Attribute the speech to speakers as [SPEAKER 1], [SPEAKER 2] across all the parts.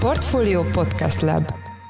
[SPEAKER 1] Portfolio Podcast Lab.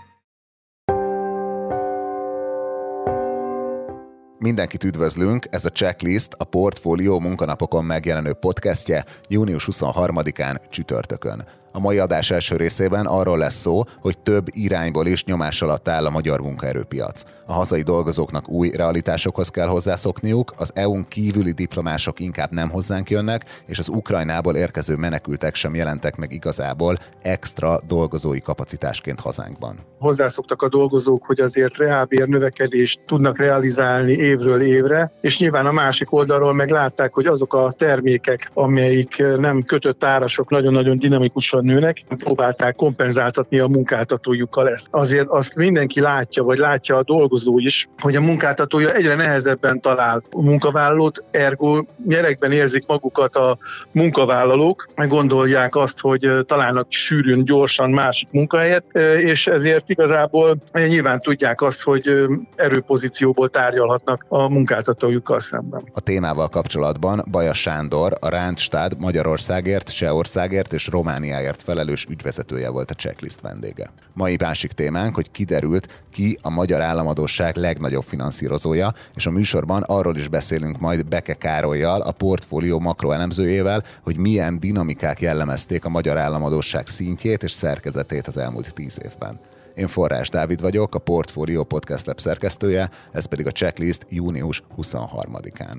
[SPEAKER 2] Mindenkit üdvözlünk, ez a Checklist a Portfolio munkanapokon megjelenő podcastje június 23-án csütörtökön. A mai adás első részében arról lesz szó, hogy több irányból is nyomás alatt áll a magyar munkaerőpiac. A hazai dolgozóknak új realitásokhoz kell hozzászokniuk, az EU-n kívüli diplomások inkább nem hozzánk jönnek, és az Ukrajnából érkező menekültek sem jelentek meg igazából extra dolgozói kapacitásként hazánkban.
[SPEAKER 3] Hozzászoktak a dolgozók, hogy azért reálbér növekedést tudnak realizálni évről évre, és nyilván a másik oldalról meg látták, hogy azok a termékek, amelyik nem kötött árasok, nagyon-nagyon dinamikusan nőnek, próbálták kompenzáltatni a munkáltatójukkal ezt. Azért azt mindenki látja, vagy látja a dolgozó is, hogy a munkáltatója egyre nehezebben talál a munkavállalót, ergo nyeregben érzik magukat a munkavállalók, gondolják azt, hogy találnak sűrűn, gyorsan másik munkahelyet, és ezért igazából nyilván tudják azt, hogy erőpozícióból tárgyalhatnak a munkáltatójukkal szemben.
[SPEAKER 2] A témával kapcsolatban Baja Sándor, a Randstad Magyarországért, Csehországért és Romániáért felelős ügyvezetője volt a Checklist vendége. Mai másik témánk, hogy kiderült, ki a magyar államadósság legnagyobb finanszírozója, és a műsorban arról is beszélünk majd Beke Károllyal, a Portfolio makroelemzőjével, hogy milyen dinamikák jellemezték a magyar államadósság szintjét és szerkezetét az elmúlt 10 évben. Én Forrás Dávid vagyok, a Portfolio Podcast Lab szerkesztője, ez pedig a Checklist június 23-án.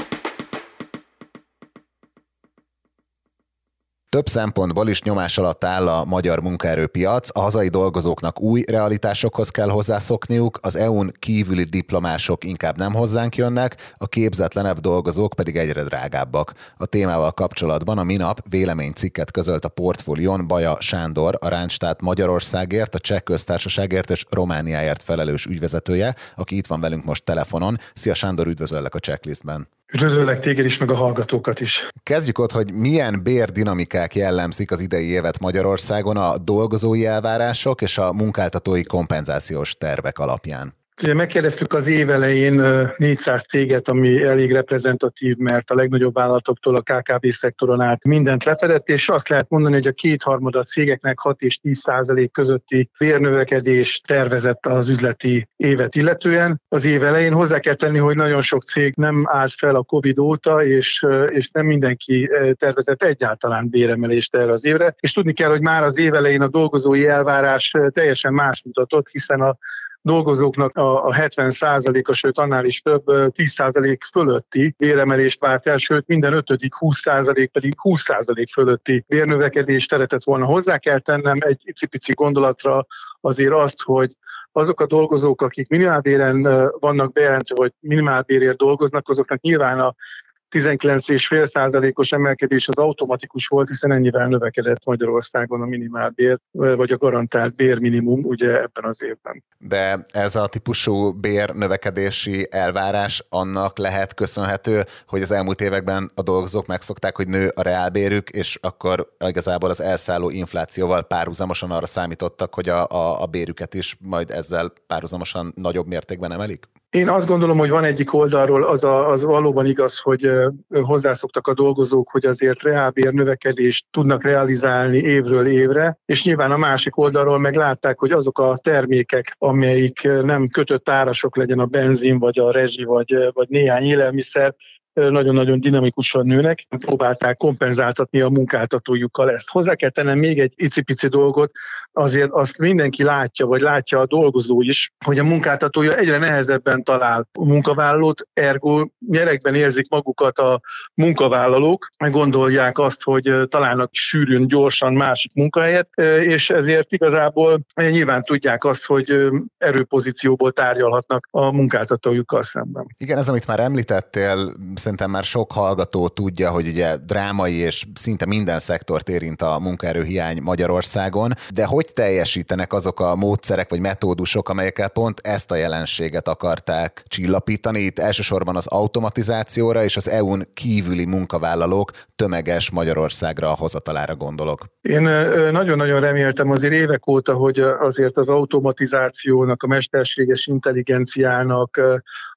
[SPEAKER 2] Több szempontból is nyomás alatt áll a magyar munkaerőpiac, a hazai dolgozóknak új realitásokhoz kell hozzászokniuk, az EU-n kívüli diplomások inkább nem hozzánk jönnek, a képzetlenebb dolgozók pedig egyre drágábbak. A témával kapcsolatban a minap véleménycikket közölt a Portfolión Baja Sándor, a Randstad Magyarországért, a Cseh Köztársaságért és Romániáért felelős ügyvezetője, aki itt van velünk most telefonon. Szia Sándor, üdvözöllek a Checklistben.
[SPEAKER 3] Üdvözöllek téged is, meg a hallgatókat is.
[SPEAKER 2] Kezdjük ott, hogy milyen bérdinamikák jellemzik az idei évet Magyarországon a dolgozói elvárások és a munkáltatói kompenzációs tervek alapján.
[SPEAKER 3] Ugye megkérdeztük az év elején 400 céget, ami elég reprezentatív, mert a legnagyobb vállalatoktól a KKV-szektoron át mindent lefedett, és azt lehet mondani, hogy a kétharmada cégeknek 6 és 10% közötti bérnövekedés tervezett az üzleti évet illetően. Az év elején hozzá kell tenni, hogy nagyon sok cég nem állt fel a Covid óta, és nem mindenki tervezett egyáltalán béremelést erre az évre. És tudni kell, hogy már az év elején a dolgozói elvárás teljesen más mutatott, hiszen a dolgozóknak a 70%-a, sőt annál is több 10% fölötti béremelést várt el, sőt minden 5. 20% pedig 20% fölötti bérnövekedést szeretett volna. Hozzá kell tennem egy icipici gondolatra azért azt, hogy azok a dolgozók, akik minimálbéren vannak bejelentve, vagy minimálbérért dolgoznak, azoknak nyilván a 19,5%-os emelkedés az automatikus volt, hiszen ennyivel növekedett Magyarországon a minimálbér, vagy a garantált bérminimum ugye ebben az évben.
[SPEAKER 2] De ez a típusú bérnövekedési elvárás annak lehet köszönhető, hogy az elmúlt években a dolgozók megszokták, hogy nő a reálbérük, és akkor igazából az elszálló inflációval párhuzamosan arra számítottak, hogy a bérüket is majd ezzel párhuzamosan nagyobb mértékben emelik?
[SPEAKER 3] Én azt gondolom, hogy van egyik oldalról az valóban igaz, hogy hozzászoktak a dolgozók, hogy azért reálbér növekedést tudnak realizálni évről évre, és nyilván a másik oldalról meg látták, hogy azok a termékek, amelyik nem kötött árasok, legyen a benzin, vagy a rezsi, vagy néhány élelmiszer, nagyon-nagyon dinamikusan nőnek, próbálták kompenzáltatni a munkáltatójukkal ezt. Hozzá kell tennem még egy icipici dolgot, azért azt mindenki látja, vagy látja a dolgozó is, hogy a munkáltatója egyre nehezebben talál a munkavállalót, ergo nyeregben érzik magukat a munkavállalók, gondolják azt, hogy találnak sűrűn, gyorsan másik munkahelyet, és ezért igazából nyilván tudják azt, hogy erőpozícióból tárgyalhatnak a munkáltatójukkal szemben.
[SPEAKER 2] Igen, ez, amit már említettél, szerintem már sok hallgató tudja, hogy ugye drámai és szinte minden szektort érint a munkaerőhiány Magyarországon, de hogy teljesítenek azok a módszerek vagy metódusok, amelyekkel pont ezt a jelenséget akarták csillapítani? Itt elsősorban az automatizációra és az EU-n kívüli munkavállalók tömeges Magyarországra hozatalára gondolok.
[SPEAKER 3] Én nagyon-nagyon reméltem azért évek óta, hogy azért az automatizációnak, a mesterséges intelligenciának,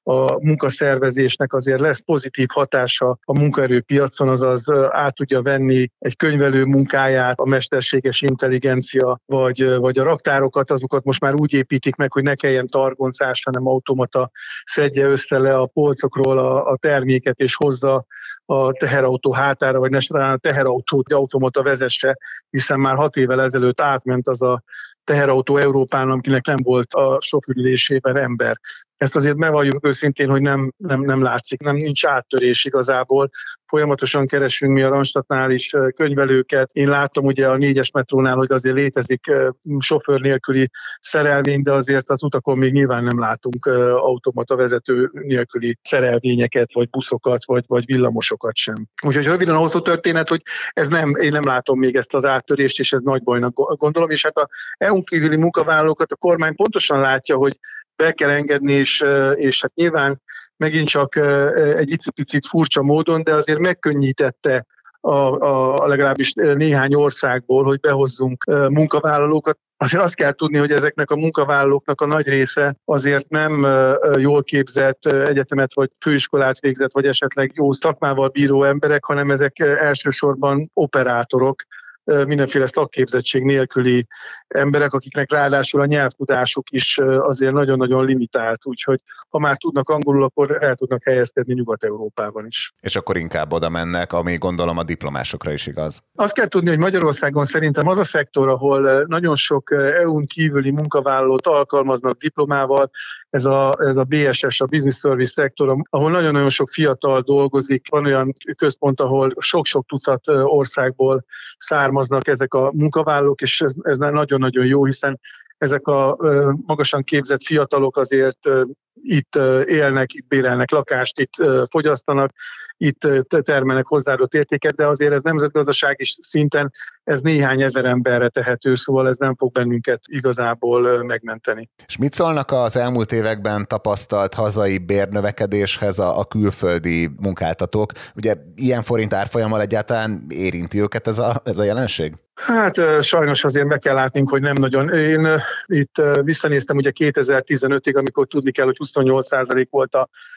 [SPEAKER 3] a munkaszervezésnek azért lesz pozitív hatása a munkaerőpiacon, azaz át tudja venni egy könyvelő munkáját, a mesterséges intelligencia, vagy a raktárokat, azokat most már úgy építik meg, hogy ne kelljen targoncás, hanem automata szedje össze le a polcokról a terméket és hozza a teherautó hátára, vagy ne a teherautót automata vezesse, hiszen már 6 évvel ezelőtt átment az a teherautó Európán, aminek nem volt a sofőrülésében ember. Ezt azért bevalljuk őszintén, hogy nem látszik, nincs áttörés igazából. Folyamatosan keresünk mi a Randstadtnál is könyvelőket. Én láttam ugye a 4-es metrónál, hogy azért létezik sofőr nélküli szerelvény, de azért az utakon még nyilván nem látunk automata vezető nélküli szerelvényeket, vagy buszokat, vagy villamosokat sem. Úgyhogy röviden a hosszú történet, hogy én nem látom még ezt az áttörést, és ez nagy bajnak gondolom, és hát a EU-n kívüli munkavállalókat a kormány pontosan látja, hogy be kell engedni, és hát nyilván megint csak egy icipicit furcsa módon, de azért megkönnyítette legalábbis néhány országból, hogy behozzunk munkavállalókat. Azért azt kell tudni, hogy ezeknek a munkavállalóknak a nagy része azért nem jól képzett egyetemet vagy főiskolát végzett, vagy esetleg jó szakmával bíró emberek, hanem ezek elsősorban operátorok, mindenféle szakképzettség nélküli emberek, akiknek ráadásul a nyelvtudásuk is azért nagyon-nagyon limitált, úgyhogy ha már tudnak angolul, akkor el tudnak helyezkedni Nyugat-Európában is.
[SPEAKER 2] És akkor inkább oda mennek, ami gondolom a diplomásokra is igaz.
[SPEAKER 3] Azt kell tudni, hogy Magyarországon szerintem az a szektor, ahol nagyon sok EU-n kívüli munkavállalót alkalmaznak diplomával, ez a BSS, a Business Service szektor, ahol nagyon-nagyon sok fiatal dolgozik. Van olyan központ, ahol sok-sok tucat országból származnak ezek a munkavállalók, és ez nagyon-nagyon jó, hiszen ezek a magasan képzett fiatalok azért itt élnek, itt bérelnek lakást, itt fogyasztanak, itt termelnek hozzáadott értéket, de azért ez nemzetgazdasági szinten ez néhány ezer emberre tehető, szóval ez nem fog bennünket igazából megmenteni.
[SPEAKER 2] És mit szólnak az elmúlt években tapasztalt hazai bérnövekedéshez a külföldi munkáltatók? Ugye ilyen forint árfolyammal egyáltalán érinti őket ez a jelenség?
[SPEAKER 3] Hát sajnos azért be kell látnunk, hogy nem nagyon. Én itt visszanéztem ugye 2015-ig, amikor tudni kell, hogy 28% volt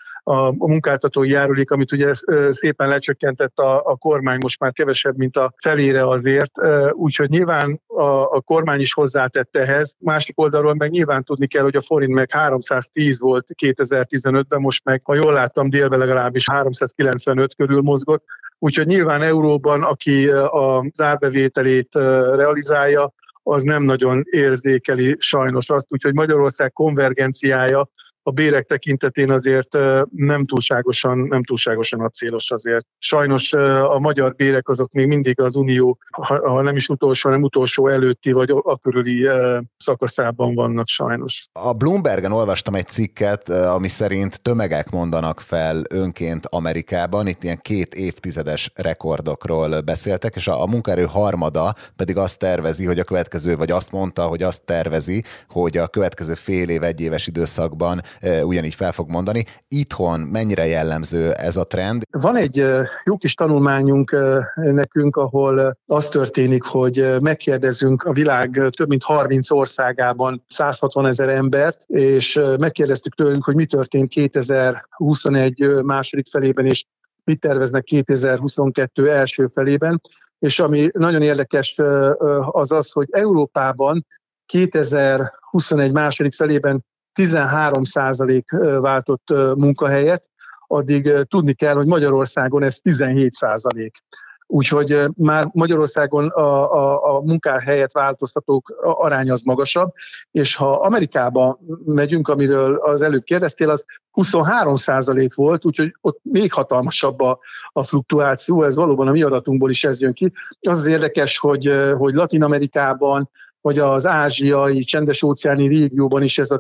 [SPEAKER 3] a munkáltatói járulék, amit ugye szépen lecsökkentett a kormány, most már kevesebb, mint a felére azért. Úgyhogy nyilván a kormány is hozzátett ehhez. Másik oldalról meg nyilván tudni kell, hogy a forint meg 310 volt 2015-ben, most meg, ha jól láttam, délben legalábbis 395 körül mozgott. Úgyhogy nyilván euróban, aki az árbevételét realizálja, az nem nagyon érzékeli sajnos azt, úgyhogy Magyarország konvergenciája a bérek tekintetén azért nem túlságosan acélos azért. Sajnos a magyar bérek azok még mindig az Unió, ha nem is utolsó, hanem utolsó előtti vagy a körüli szakaszában vannak sajnos.
[SPEAKER 2] A Bloombergen olvastam egy cikket, ami szerint tömegek mondanak fel önként Amerikában, itt ilyen 2 évtizedes rekordokról beszéltek, és a munkaerő harmada pedig azt tervezi, hogy azt mondta, hogy azt tervezi, hogy a következő fél év, 1 éves időszakban ugyanígy fel fog mondani. Itthon mennyire jellemző ez a trend?
[SPEAKER 3] Van egy jó kis tanulmányunk nekünk, ahol az történik, hogy megkérdezünk a világ több mint 30 országában 160 000 embert, és megkérdeztük tőlünk, hogy mi történt 2021 második felében, és mit terveznek 2022 első felében. És ami nagyon érdekes az, hogy Európában 2021 második felében 13% váltott munkahelyet, addig tudni kell, hogy Magyarországon ez 17%. Úgyhogy már Magyarországon a munkahelyet változtatók aránya az magasabb, és ha Amerikába megyünk, amiről az előbb kérdeztél, az 23% volt, úgyhogy ott még hatalmasabb a fluktuáció, ez valóban a mi adatunkból is ez jön ki. Az érdekes, hogy Latin-Amerikában, vagy az ázsiai, csendes-óceáni régióban is ez a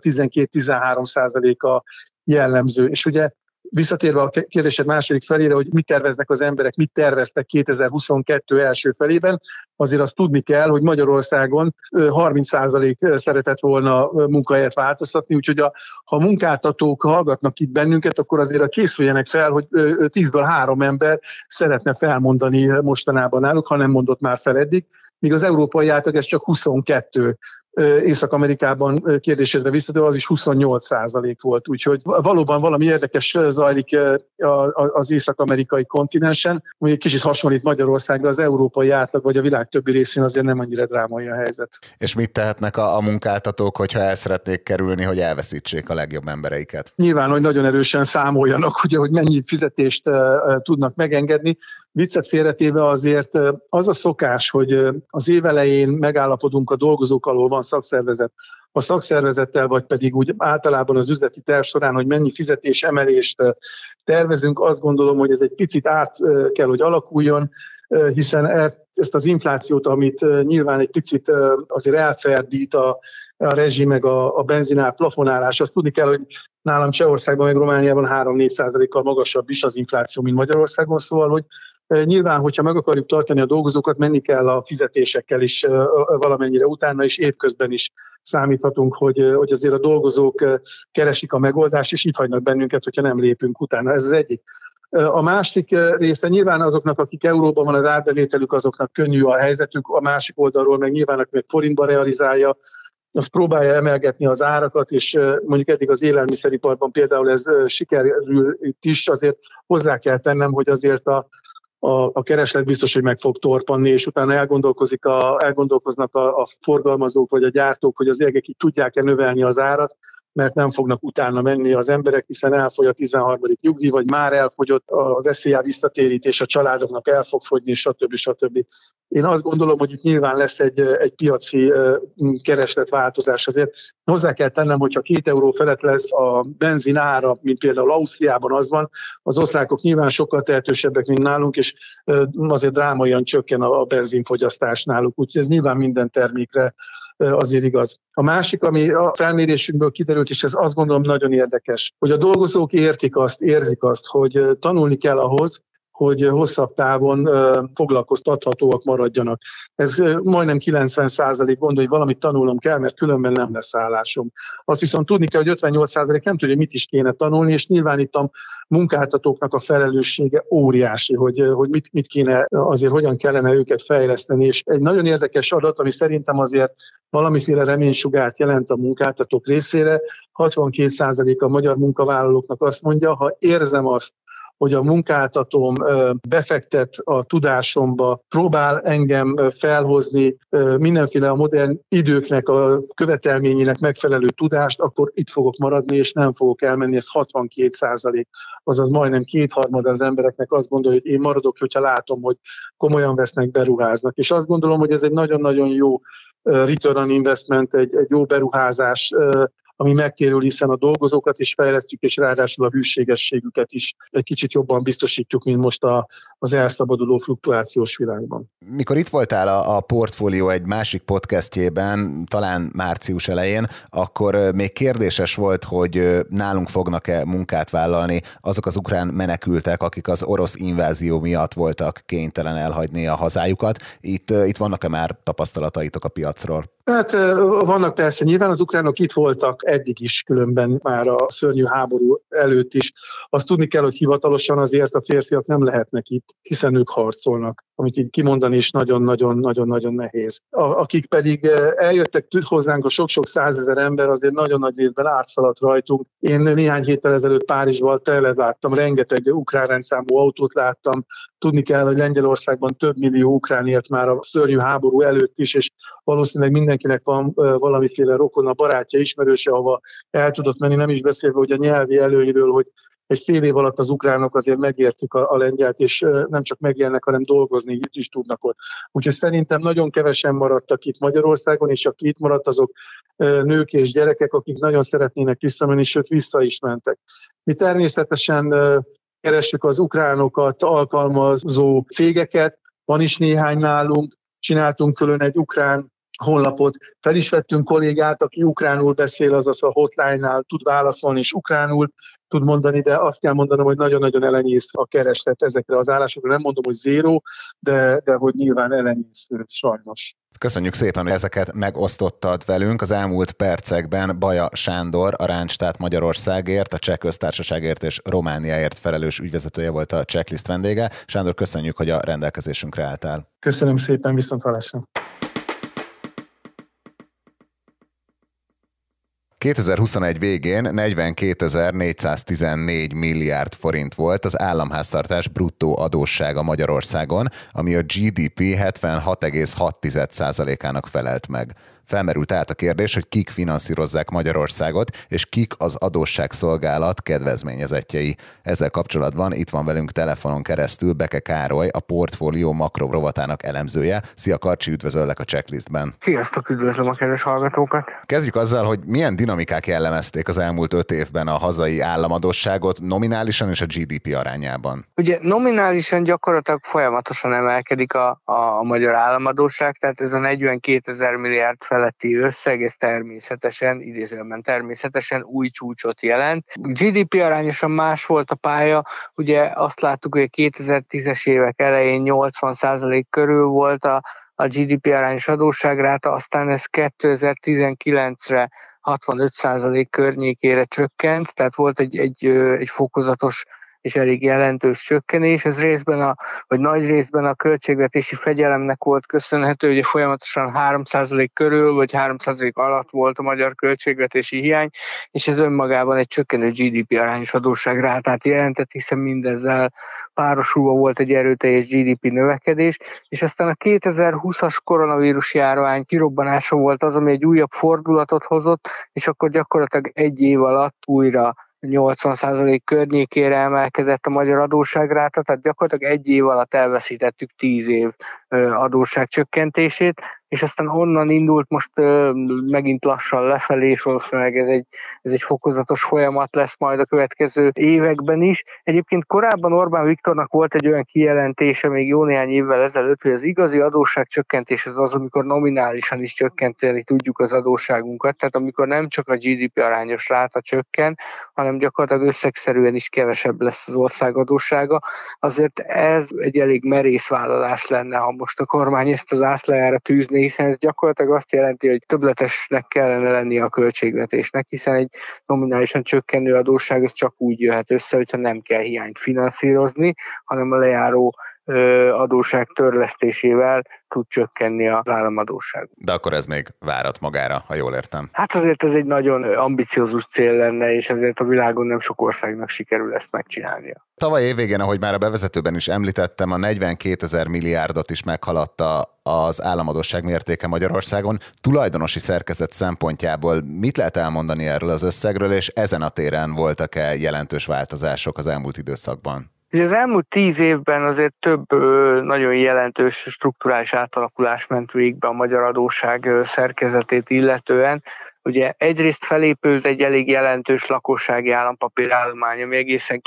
[SPEAKER 3] 12-13% jellemző. És ugye visszatérve a kérdésed második felére, hogy mit terveznek az emberek, mit terveztek 2022 első felében, azért azt tudni kell, hogy Magyarországon 30% szeretett volna munkahelyet változtatni, úgyhogy ha munkáltatók hallgatnak itt bennünket, akkor azért készüljenek fel, hogy 10-ből 3 ember szeretne felmondani mostanában náluk, ha nem mondott már fel eddig. míg az európai átlag ez csak 22. Észak-Amerikában kérdésedre visszatérő, az is 28% volt. Úgyhogy valóban valami érdekes zajlik az észak-amerikai kontinensen, ami egy kicsit hasonlít Magyarországra, az európai átlag vagy a világ többi részén azért nem annyira drámai a helyzet.
[SPEAKER 2] És mit tehetnek a munkáltatók, hogyha el szeretnék kerülni, hogy elveszítsék a legjobb embereiket?
[SPEAKER 3] Nyilván, hogy nagyon erősen számoljanak, ugye, hogy mennyi fizetést tudnak megengedni. Viccet félretéve azért az a szokás, hogy az év elején megállapodunk a dolgozók alól, van szakszervezet, a szakszervezettel, vagy pedig úgy általában az üzleti terv során, hogy mennyi fizetés emelést tervezünk, azt gondolom, hogy ez egy picit át kell, hogy alakuljon, hiszen ezt az inflációt, amit nyilván egy picit azért elferdít a rezsi meg a benzinár plafonálás, azt tudni kell, hogy nálam Csehországban meg Romániában 3-4%-kal magasabb is az infláció, mint Magyarországon, szóval, hogy nyilván, hogyha meg akarjuk tartani a dolgozókat, menni kell a fizetésekkel is valamennyire utána, és évközben is számíthatunk, hogy azért a dolgozók keresik a megoldást, és itt hagynak bennünket, hogyha nem lépünk utána. Ez az egyik. A másik része nyilván azoknak, akik euróban van az árbevételük, azoknak könnyű a helyzetük, a másik oldalról meg nyilván, aki meg forintban realizálja, az próbálja emelgetni az árakat, és mondjuk eddig az élelmiszeriparban például ez sikerül itt is, azért hozzá kell tennem, hogy azért a kereslet biztos, hogy meg fog torpanni, és utána elgondolkoznak a forgalmazók vagy a gyártók, hogy az égek így tudják-e növelni az árat, mert nem fognak utána menni az emberek, hiszen elfogy a 13. nyugdíj, vagy már elfogyott az SZIA visszatérítés, a családoknak el fog fogyni, stb. Én azt gondolom, hogy itt nyilván lesz egy piaci keresletváltozás. Azért hozzá kell tennem, hogyha 2 euró felett lesz a benzin ára, mint például Ausztriában az van, az osztrákok nyilván sokkal tehetősebbek, mint nálunk, és azért drámaian csökken a benzinfogyasztás náluk. Úgyhogy ez nyilván minden termékre azért igaz. A másik, ami a felmérésünkből kiderült, és ez azt gondolom nagyon érdekes, hogy a dolgozók érzik azt, hogy tanulni kell ahhoz, hogy hosszabb távon foglalkoztathatóak maradjanak. Ez majdnem 90% gondol, hogy valamit tanulnom kell, mert különben nem lesz állásom. Azt viszont tudni kell, hogy 58% nem tudja, hogy mit is kéne tanulni, és nyilván itt a munkáltatóknak a felelőssége óriási, hogy mit kéne, azért hogyan kellene őket fejleszteni. És egy nagyon érdekes adat, ami szerintem azért valamiféle reménysugárt jelent a munkáltatók részére, 62% a magyar munkavállalóknak azt mondja, ha érzem azt, hogy a munkáltatóm befektet a tudásomba, próbál engem felhozni mindenféle a modern időknek, a követelményének megfelelő tudást, akkor itt fogok maradni, és nem fogok elmenni, ez 62%. Azaz majdnem 2/3 az embereknek azt gondolja, hogy én maradok, hogyha látom, hogy komolyan vesznek, beruháznak. És azt gondolom, hogy ez egy nagyon-nagyon jó return on investment, egy jó beruházás, ami megtérül, hiszen a dolgozókat is fejlesztjük, és ráadásul a hűségességüket is egy kicsit jobban biztosítjuk, mint most az elszabaduló fluktuációs világban.
[SPEAKER 2] Mikor itt voltál a Portfólió egy másik podcastjében, talán március elején, akkor még kérdéses volt, hogy nálunk fognak-e munkát vállalni azok az ukrán menekültek, akik az orosz invázió miatt voltak kénytelen elhagyni a hazájukat. Itt vannak-e már tapasztalataitok a piacról?
[SPEAKER 3] Hát vannak persze, nyilván az ukránok itt voltak eddig is, különben már a szörnyű háború előtt is. Azt tudni kell, hogy hivatalosan azért a férfiak nem lehetnek itt, hiszen ők harcolnak, amit így kimondani is nagyon-nagyon nehéz. Akik pedig eljöttek hozzánk, a sok-sok százezer ember azért nagyon nagy részben átszaladt rajtunk. Én néhány héttel ezelőtt Párizsban láttam, rengeteg ukrán rendszámú autót láttam. Tudni kell, hogy Lengyelországban több millió ukrán élt már a szörnyű háború előtt is, és valószínűleg mindenkinek van valamiféle rokona, barátja, ismerőse, ahova el tudott menni, nem is beszélve, hogy a nyelvi előnyről, hogy egy fél év alatt az ukránok azért megértik a lengyelt, és nem csak megélnek, hanem dolgozni is tudnak ott. Úgyhogy szerintem nagyon kevesen maradtak itt Magyarországon, és aki itt maradt, azok nők és gyerekek, akik nagyon szeretnének visszamenni, sőt vissza is mentek. Mi természetesen keressük az ukránokat alkalmazó cégeket, van is néhány nálunk, csináltunk külön egy ukrán honlapot, fel is vettünk kollégát, aki ukránul beszél, azaz a hotline-nál tud válaszolni, és ukránul tud mondani, de azt kell mondanom, hogy nagyon-nagyon elenyész a kereslet ezekre az állásokra. Nem mondom, hogy zéró, de hogy nyilván elenyésző, sajnos.
[SPEAKER 2] Köszönjük szépen, hogy ezeket megosztottad velünk. Az elmúlt percekben Baja Sándor, a Randstad Magyarországért, a Cseh Köztársaságért és Romániáért felelős ügyvezetője volt a Checklist vendége. Sándor, köszönjük, hogy a rendelkezésünkre álltál.
[SPEAKER 3] Köszönöm szépen, viszonthallásra.
[SPEAKER 2] 2021 végén 42.414 milliárd forint volt az államháztartás bruttó adóssága Magyarországon, ami a GDP 76,6%-ának felelt meg. Felmerült át a kérdés, hogy kik finanszírozzák Magyarországot, és kik az adósságszolgálat kedvezményezettjei. Ezzel kapcsolatban itt van velünk telefonon keresztül Beke Károly, a Portfólió makrorovatának elemzője. Szia Karcsi, üdvözöllek a Checklistben.
[SPEAKER 4] Sziasztok, üdvözlöm a kedves hallgatókat!
[SPEAKER 2] Kezdjük azzal, hogy milyen dinamikák jellemezték az elmúlt 5 évben a hazai államadósságot nominálisan és a GDP arányában.
[SPEAKER 4] Ugye nominálisan gyakorlatilag folyamatosan emelkedik a magyar államadósság, tehát ez a 42 milliárd feletti összeg, ez természetesen, idézőben természetesen új csúcsot jelent. GDP arányosan más volt a pálya, ugye azt láttuk, hogy a 2010-es évek elején 80% körül volt a GDP arányos adósságráta, aztán ez 2019-re 65% környékére csökkent, tehát volt egy fokozatos és elég jelentős csökkenés. Ez nagy részben a költségvetési fegyelemnek volt köszönhető, ugye folyamatosan 3% körül vagy 3% alatt volt a magyar költségvetési hiány, és ez önmagában egy csökkenő GDP arányos adósságrátát jelentett, hiszen mindezzel párosulva volt egy erőteljes GDP növekedés, és aztán a 2020-as koronavírus járvány kirobbanása volt az, ami egy újabb fordulatot hozott, és akkor gyakorlatilag egy év alatt újra 80% környékére emelkedett a magyar adósságráta, tehát gyakorlatilag egy év alatt elveszítettük 10 év adósságcsökkentését, és aztán onnan indult most megint lassan lefelé, és valószínűleg ez egy fokozatos folyamat lesz majd a következő években is. Egyébként korábban Orbán Viktornak volt egy olyan kijelentése még jó néhány évvel ezelőtt, hogy az igazi adósságcsökkentés az, amikor nominálisan is csökkenteni tudjuk az adósságunkat, tehát amikor nem csak a GDP arányos ráta csökken, hanem gyakorlatilag összegszerűen is kevesebb lesz az ország adóssága. Azért ez egy elég merész vállalás lenne, ha most a kormány ezt az ászlajára tűzni, hiszen ez gyakorlatilag azt jelenti, hogy többletesnek kellene lennie a költségvetésnek, hiszen egy nominálisan csökkenő adósság az csak úgy jöhet össze, hogyha nem kell hiányt finanszírozni, hanem a lejáró adósság törlesztésével tud csökkenni az államadósság.
[SPEAKER 2] De akkor ez még várat magára, ha jól értem.
[SPEAKER 4] Hát azért ez egy nagyon ambiciózus cél lenne, és ezért a világon nem sok országnak sikerül ezt megcsinálnia.
[SPEAKER 2] Tavaly évvégén, ahogy már a bevezetőben is említettem, a 42 milliárdot is meghaladta az államadósság mértéke Magyarországon. Tulajdonosi szerkezet szempontjából mit lehet elmondani erről az összegről, és ezen a téren voltak-e jelentős változások az elmúlt időszakban?
[SPEAKER 4] Az elmúlt 10 évben azért több nagyon jelentős strukturális átalakulás ment végbe a magyar adósság szerkezetét illetően. Ugye egyrészt felépült egy elég jelentős lakossági állampapírállomány, ami egészen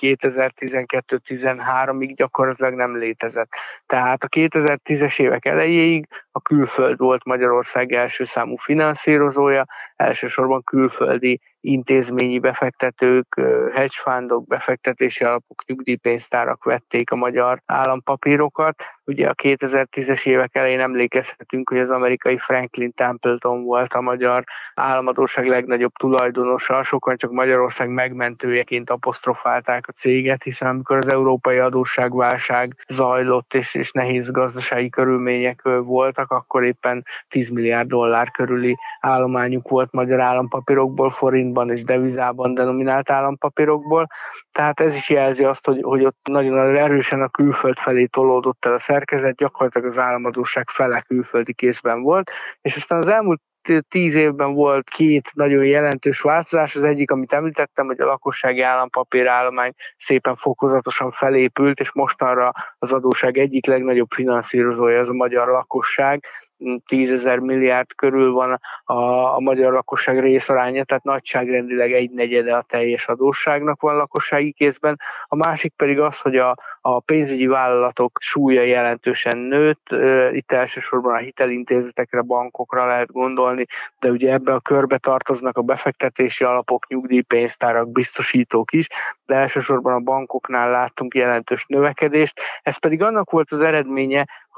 [SPEAKER 4] 2012-13-ig gyakorlatilag nem létezett. Tehát a 2010-es évek elejéig a külföld volt Magyarország első számú finanszírozója, elsősorban külföldi intézményi befektetők, hedge fundok, befektetési alapok, nyugdíjpénztárak vették a magyar állampapírokat. Ugye a 2010-es évek elején emlékezhetünk, hogy az amerikai Franklin Templeton volt a magyar államadósság legnagyobb tulajdonosa, sokan csak Magyarország megmentőjeként apostrofálták a céget, hiszen amikor az európai adósságválság zajlott és nehéz gazdasági körülmények voltak, akkor éppen 10 milliárd dollár körüli állományuk volt magyar állampapírokból, forintban és devizában denominált állampapírokból. Tehát ez is jelzi azt, hogy ott nagyon erősen a külföld felé tolódott el a szerkezet, gyakorlatilag az államadósság fele külföldi kézben volt, és aztán az elmúlt 10 évben volt 2 nagyon jelentős változás. Az egyik, amit említettem, hogy a lakossági állampapírállomány szépen fokozatosan felépült, és mostanra az adósság egyik legnagyobb finanszírozója az a magyar lakosság. 10 000 milliárd körül van a magyar lakosság részaránya, tehát nagyságrendileg 1/4 a teljes adósságnak van lakossági kézben. A másik pedig az, hogy a pénzügyi vállalatok súlya jelentősen nőtt, itt elsősorban a hitelintézetekre, bankokra lehet gondolni, de ugye ebben a körbe tartoznak a befektetési alapok, nyugdíjpénztárak, biztosítók is, de elsősorban a bankoknál láttunk jelentős növekedést. Ez pedig annak volt az eredménye,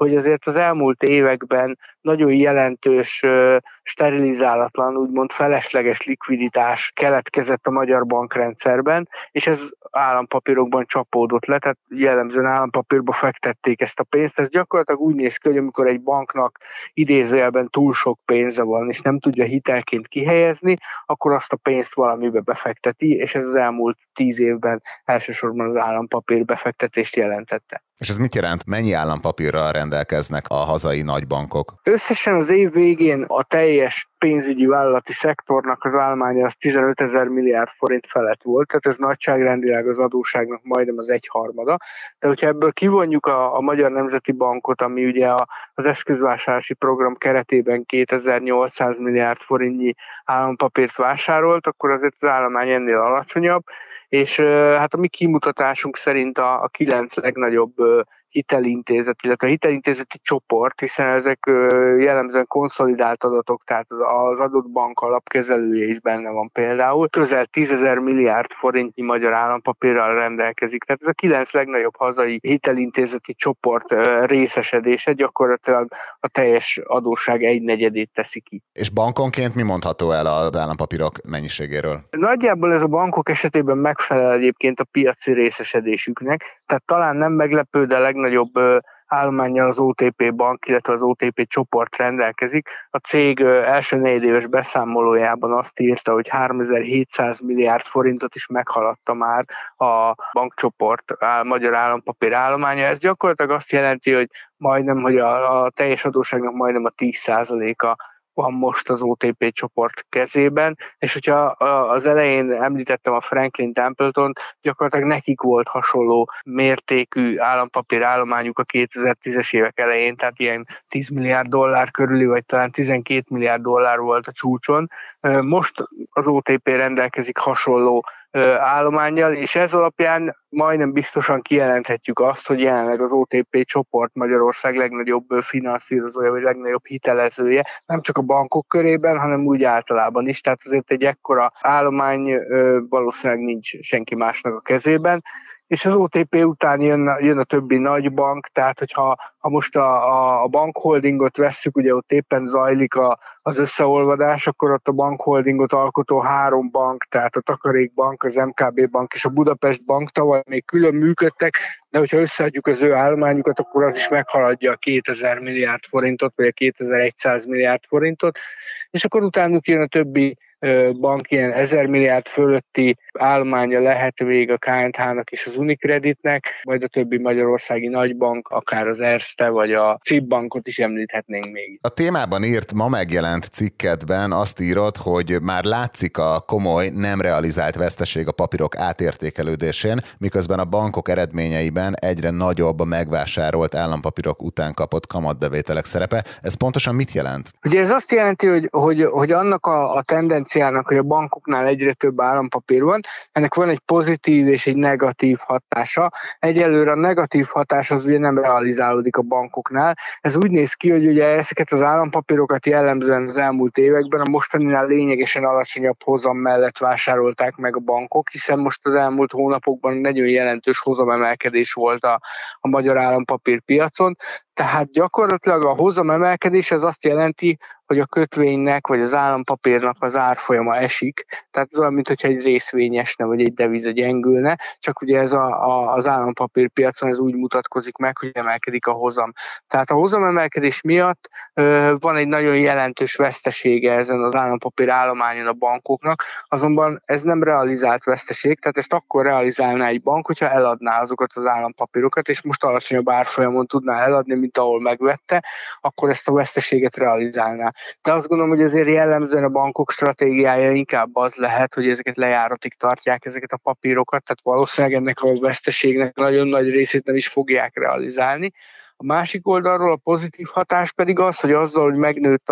[SPEAKER 4] hogy azért az elmúlt években nagyon jelentős, sterilizálatlan, úgymond felesleges likviditás keletkezett a magyar bankrendszerben, és ez állampapírokban csapódott le, tehát jellemzően állampapírba fektették ezt a pénzt. Ez gyakorlatilag úgy néz ki, hogy amikor egy banknak idézőjelben túl sok pénze van, és nem tudja hitelként kihelyezni, akkor azt a pénzt valamibe befekteti, és ez az elmúlt 10 évben elsősorban az állampapír befektetést jelentette.
[SPEAKER 2] És ez mit jelent? Mennyi állampapírral rendelkeznek a hazai nagybankok?
[SPEAKER 4] Összesen az év végén a teljes pénzügyi vállalati szektornak az állománya az 15 000 milliárd forint felett volt, tehát ez nagyságrendileg az adósságnak majdnem az 1/3. De hogyha ebből kivonjuk a Magyar Nemzeti Bankot, ami ugye az eszközvásárlási program keretében 2800 milliárd forintnyi állampapírt vásárolt, akkor azért az állomány ennél alacsonyabb, és hát a mi kimutatásunk szerint a 9 legnagyobb hitelintézet, illetve a hitelintézeti csoport, hiszen ezek jellemzően konszolidált adatok, tehát az adott bank alapkezelője is benne van például, közel 10 000 milliárd forintnyi magyar állampapírral rendelkezik. Tehát ez a 9 legnagyobb hazai hitelintézeti csoport részesedése gyakorlatilag a teljes adósság 1/4 teszi ki.
[SPEAKER 2] És bankonként mi mondható el az állampapírok mennyiségéről?
[SPEAKER 4] Nagyjából ez a bankok esetében megfelel egyébként a piaci részesedésüknek, tehát talán nem meglepő, de legnagyobb állománnyal az OTP bank, illetve az OTP csoport rendelkezik. A cég első negyedéves beszámolójában azt írta, hogy 3700 milliárd forintot is meghaladta már a bankcsoport magyar állampapír állománya. Ez gyakorlatilag azt jelenti, hogy majdnem, hogy a teljes adósságnak majdnem a 10%-a van most az OTP csoport kezében, és hogyha az elején említettem a Franklin Templeton, gyakorlatilag nekik volt hasonló mértékű állampapír állományuk a 2010-es évek elején, tehát ilyen 10 milliárd dollár körüli, vagy talán 12 milliárd dollár volt a csúcson. Most az OTP rendelkezik hasonló állománnyal, és ez alapján majdnem biztosan kijelenthetjük azt, hogy jelenleg az OTP csoport Magyarország legnagyobb finanszírozója, vagy legnagyobb hitelezője, nem csak a bankok körében, hanem úgy általában is, tehát azért egy ekkora állomány valószínűleg nincs senki másnak a kezében, és az OTP után jön a többi nagy bank, tehát hogyha most a bankholdingot vesszük, ugye ott éppen zajlik az összeolvadás, akkor ott a bankholdingot alkotó 3 bank, tehát a Takarékbank, az MKB bank és a Budapest bank tavaly még külön működtek, de hogyha összeadjuk az ő állományukat, akkor az is meghaladja a 2000 milliárd forintot, vagy a 2100 milliárd forintot, és akkor utánuk jön a többi bank, ilyen 1000 milliárd fölötti állománya lehet még a KNH-nak és az Unicreditnek, majd a többi magyarországi nagybank, akár az Erste vagy a CIB bankot is említhetnénk még.
[SPEAKER 2] A témában írt, ma megjelent cikkedben azt írod, hogy már látszik a komoly, nem realizált veszteség a papírok átértékelődésén, miközben a bankok eredményeiben egyre nagyobb a megvásárolt állampapírok után kapott kamatbevételek szerepe. Ez pontosan mit jelent?
[SPEAKER 4] Ugye ez azt jelenti, hogy annak a tendenciának, hogy a bankoknál egyre több állampapír van, ennek van egy pozitív és egy negatív hatása. Egyelőre a negatív hatás az ugye nem realizálódik a bankoknál. Ez úgy néz ki, hogy ugye ezeket az állampapírokat jellemzően az elmúlt években a mostaninál lényegesen alacsonyabb hozam mellett vásárolták meg a bankok, hiszen most az elmúlt hónapokban nagyon jelentős hozamemelkedés volt a magyar állampapírpiacon. Tehát gyakorlatilag a hozamemelkedés az azt jelenti, hogy a kötvénynek vagy az állampapírnak az árfolyama esik, tehát az olyan, mintha egy részvény esne, vagy egy deviza gyengülne, csak ugye ez az állampapírpiacon ez úgy mutatkozik meg, hogy emelkedik a hozam. Tehát a hozamemelkedés miatt van egy nagyon jelentős vesztesége ezen az állampapír állományon a bankoknak, azonban ez nem realizált veszteség, tehát ezt akkor realizálná egy bank, hogyha eladná azokat az állampapírokat, és most alacsonyabb árfolyamon tudná eladni, mint ahol megvette, akkor ezt a veszteséget realizálná. De azt gondolom, hogy azért jellemzően a bankok stratégiája inkább az lehet, hogy ezeket lejáratig tartják, ezeket a papírokat, tehát valószínűleg ennek a veszteségnek nagyon nagy részét nem is fogják realizálni. A másik oldalról a pozitív hatás pedig az, hogy azzal, hogy megnőtt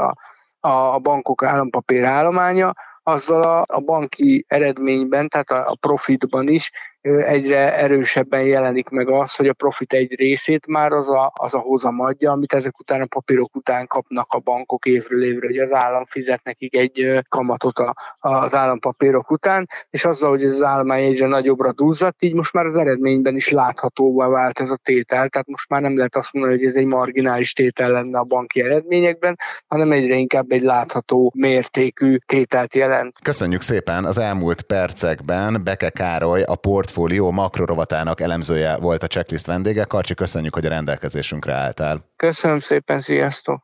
[SPEAKER 4] a bankok állampapír állománya, azzal a banki eredményben, tehát a profitban is egyre erősebben jelenik meg az, hogy a profit egy részét már az a hozam adja, amit ezek után a papírok után kapnak a bankok évről évre, hogy az állam fizet nekik egy kamatot az állampapírok után, és azzal, hogy ez az állomány egyre nagyobbra duzzadt, így most már az eredményben is láthatóvá vált ez a tétel, tehát most már nem lehet azt mondani, hogy ez egy marginális tétel lenne a banki eredményekben, hanem egyre inkább egy látható mértékű tételt jelent.
[SPEAKER 2] Köszönjük szépen! Az elmúlt percekben Beke Károly, a Portfólió makrorovatának elemzője volt a Checklist vendége. Karcsi, köszönjük, hogy a rendelkezésünkre álltál.
[SPEAKER 4] Köszönöm szépen, sziasztok!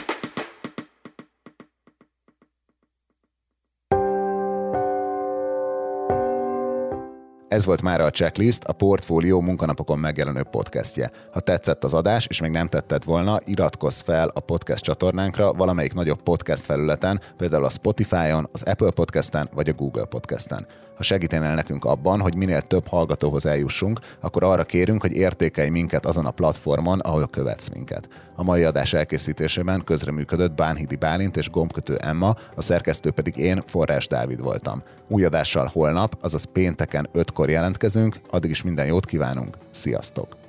[SPEAKER 2] Ez volt mára a Checklist, a Portfólió munkanapokon megjelenő podcastje. Ha tetszett az adás, és még nem tetted volna, iratkozz fel a podcast csatornánkra valamelyik nagyobb podcast felületen, például a Spotify-on, az Apple Podcasten vagy a Google Podcasten. Ha segítenél nekünk abban, hogy minél több hallgatóhoz eljussunk, akkor arra kérünk, hogy értékelj minket azon a platformon, ahol követsz minket. A mai adás elkészítésében közreműködött Bánhidi Bálint és Gombkötő Emma, a szerkesztő pedig én, Forrás Dávid voltam. Új adással holnap, azaz pénteken 5-kor jelentkezünk, addig is minden jót kívánunk, sziasztok!